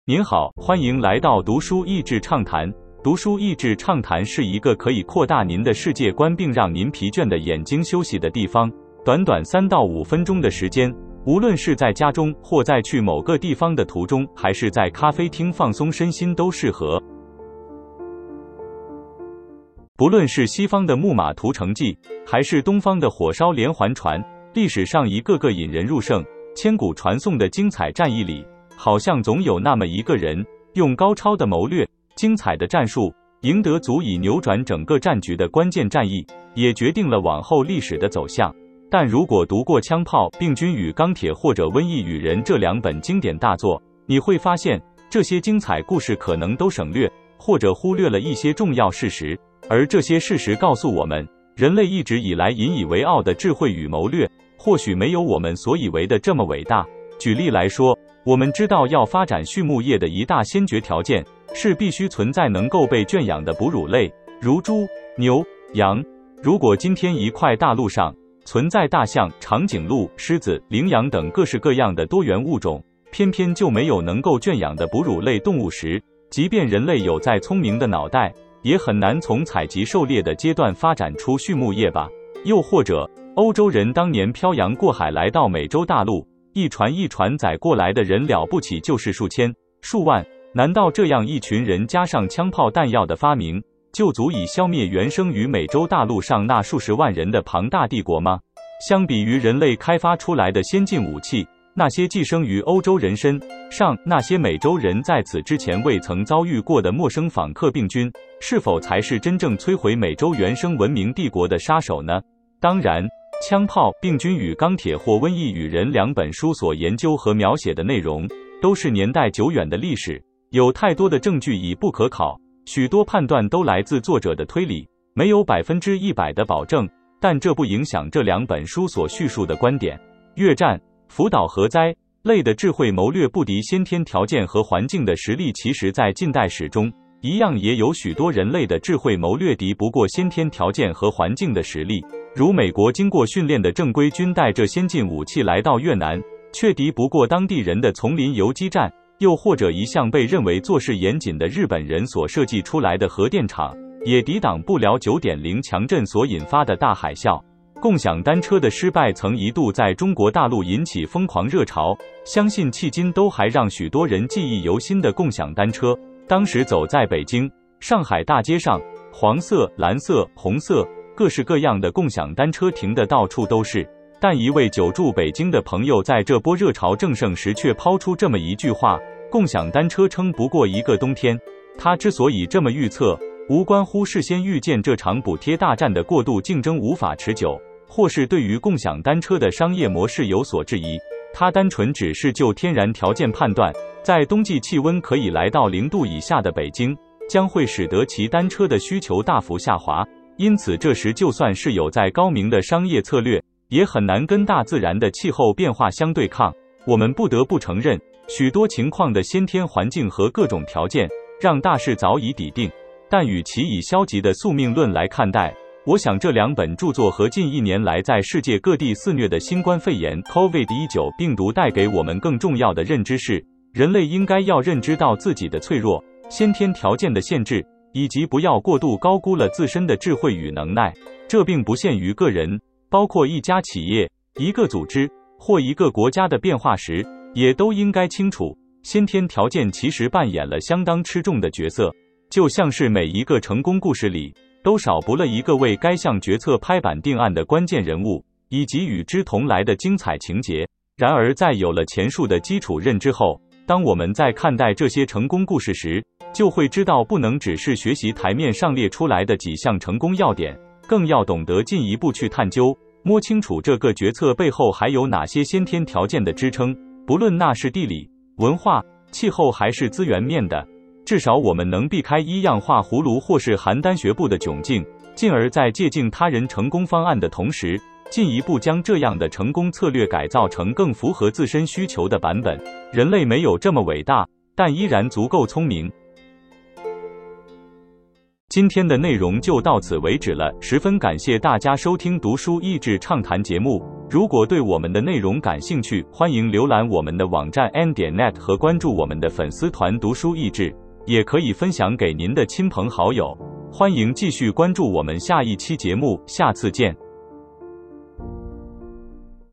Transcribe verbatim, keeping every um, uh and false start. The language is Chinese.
您好，欢迎来到读书益智畅谈。读书益智畅谈是一个可以扩大您的世界观并让您疲倦的眼睛休息的地方。短短三到五分钟的时间，无论是在家中或在去某个地方的途中，还是在咖啡厅放松身心都适合。不论是西方的木马屠城记，还是东方的火烧连环船，历史上一个个引人入胜、千古传颂的精彩战役里，好像总有那么一个人，用高超的谋略、精彩的战术，赢得足以扭转整个战局的关键战役，也决定了往后历史的走向。但如果读过《枪炮、病菌与钢铁》或者《瘟疫与人》这两本经典大作，你会发现，这些精彩故事可能都省略，或者忽略了一些重要事实。而这些事实告诉我们，人类一直以来引以为傲的智慧与谋略，或许没有我们所以为的这么伟大。举例来说，我们知道要发展畜牧业的一大先决条件，是必须存在能够被圈养的哺乳类，如猪、牛、羊。如果今天一块大陆上存在大象、长颈鹿、狮子、羚羊等各式各样的多元物种，偏偏就没有能够圈养的哺乳类动物时，即便人类有再聪明的脑袋，也很难从采集狩猎的阶段发展出畜牧业吧。又或者，欧洲人当年漂洋过海来到美洲大陆，一船一船载过来的人了不起就是数千、数万，难道这样一群人加上枪炮弹药的发明，就足以消灭原生于美洲大陆上那数十万人的庞大帝国吗？相比于人类开发出来的先进武器，那些寄生于欧洲人身上，那些美洲人在此之前未曾遭遇过的陌生访客病菌，是否才是真正摧毁美洲原生文明帝国的杀手呢？当然，《枪炮、病菌与钢铁》或《瘟疫与人》两本书所研究和描写的内容，都是年代久远的历史，有太多的证据已不可考，许多判断都来自作者的推理，没有百分之一百的保证，但这不影响这两本书所叙述的观点。越战、福岛核灾类的智慧谋略不敌先天条件和环境的实力，其实在近代史中，一样也有许多人类的智慧谋略敌不过先天条件和环境的实力。如美国经过训练的正规军带着先进武器来到越南，却敌不过当地人的丛林游击战；又或者一向被认为做事严谨的日本人所设计出来的核电厂，也抵挡不了 九点零 强震所引发的大海啸。共享单车的失败曾一度在中国大陆引起疯狂热潮，相信迄今都还让许多人记忆犹新的共享单车，当时走在北京、上海大街上，黄色、蓝色、红色，各式各样的共享单车停得到处都是。但一位久住北京的朋友在这波热潮正盛时却抛出这么一句话：共享单车撑不过一个冬天。他之所以这么预测，无关乎事先预见这场补贴大战的过度竞争无法持久，或是对于共享单车的商业模式有所质疑，他单纯只是就天然条件判断，在冬季气温可以来到零度以下的北京，将会使得骑单车的需求大幅下滑。因此这时就算是有再高明的商业策略，也很难跟大自然的气候变化相对抗。我们不得不承认，许多情况的先天环境和各种条件，让大势早已底定。但与其以消极的宿命论来看待，我想这两本著作和近一年来在世界各地肆虐的新冠肺炎 COVID 十九 病毒带给我们更重要的认知是，人类应该要认知到自己的脆弱、先天条件的限制，以及不要过度高估了自身的智慧与能耐。这并不限于个人，包括一家企业、一个组织或一个国家的变化时，也都应该清楚，先天条件其实扮演了相当吃重的角色。就像是每一个成功故事里，都少不了一个为该项决策拍板定案的关键人物，以及与之同来的精彩情节。然而在有了前述的基础认知后，当我们在看待这些成功故事时，就会知道不能只是学习台面上列出来的几项成功要点，更要懂得进一步去探究，摸清楚这个决策背后还有哪些先天条件的支撑，不论那是地理、文化、气候还是资源面的。至少我们能避开一样画葫芦或是邯郸学步的窘境，进而在借鉴他人成功方案的同时，进一步将这样的成功策略改造成更符合自身需求的版本。人类没有这么伟大，但依然足够聪明。今天的内容就到此为止了，十分感谢大家收听读书益智畅谈节目。 如果对我们的内容感兴趣，欢迎浏览我们的网站 n 点 net 和关注我们的粉丝团读书益智，也可以分享给您的亲朋好友。欢迎继续关注我们下一期节目，下次见。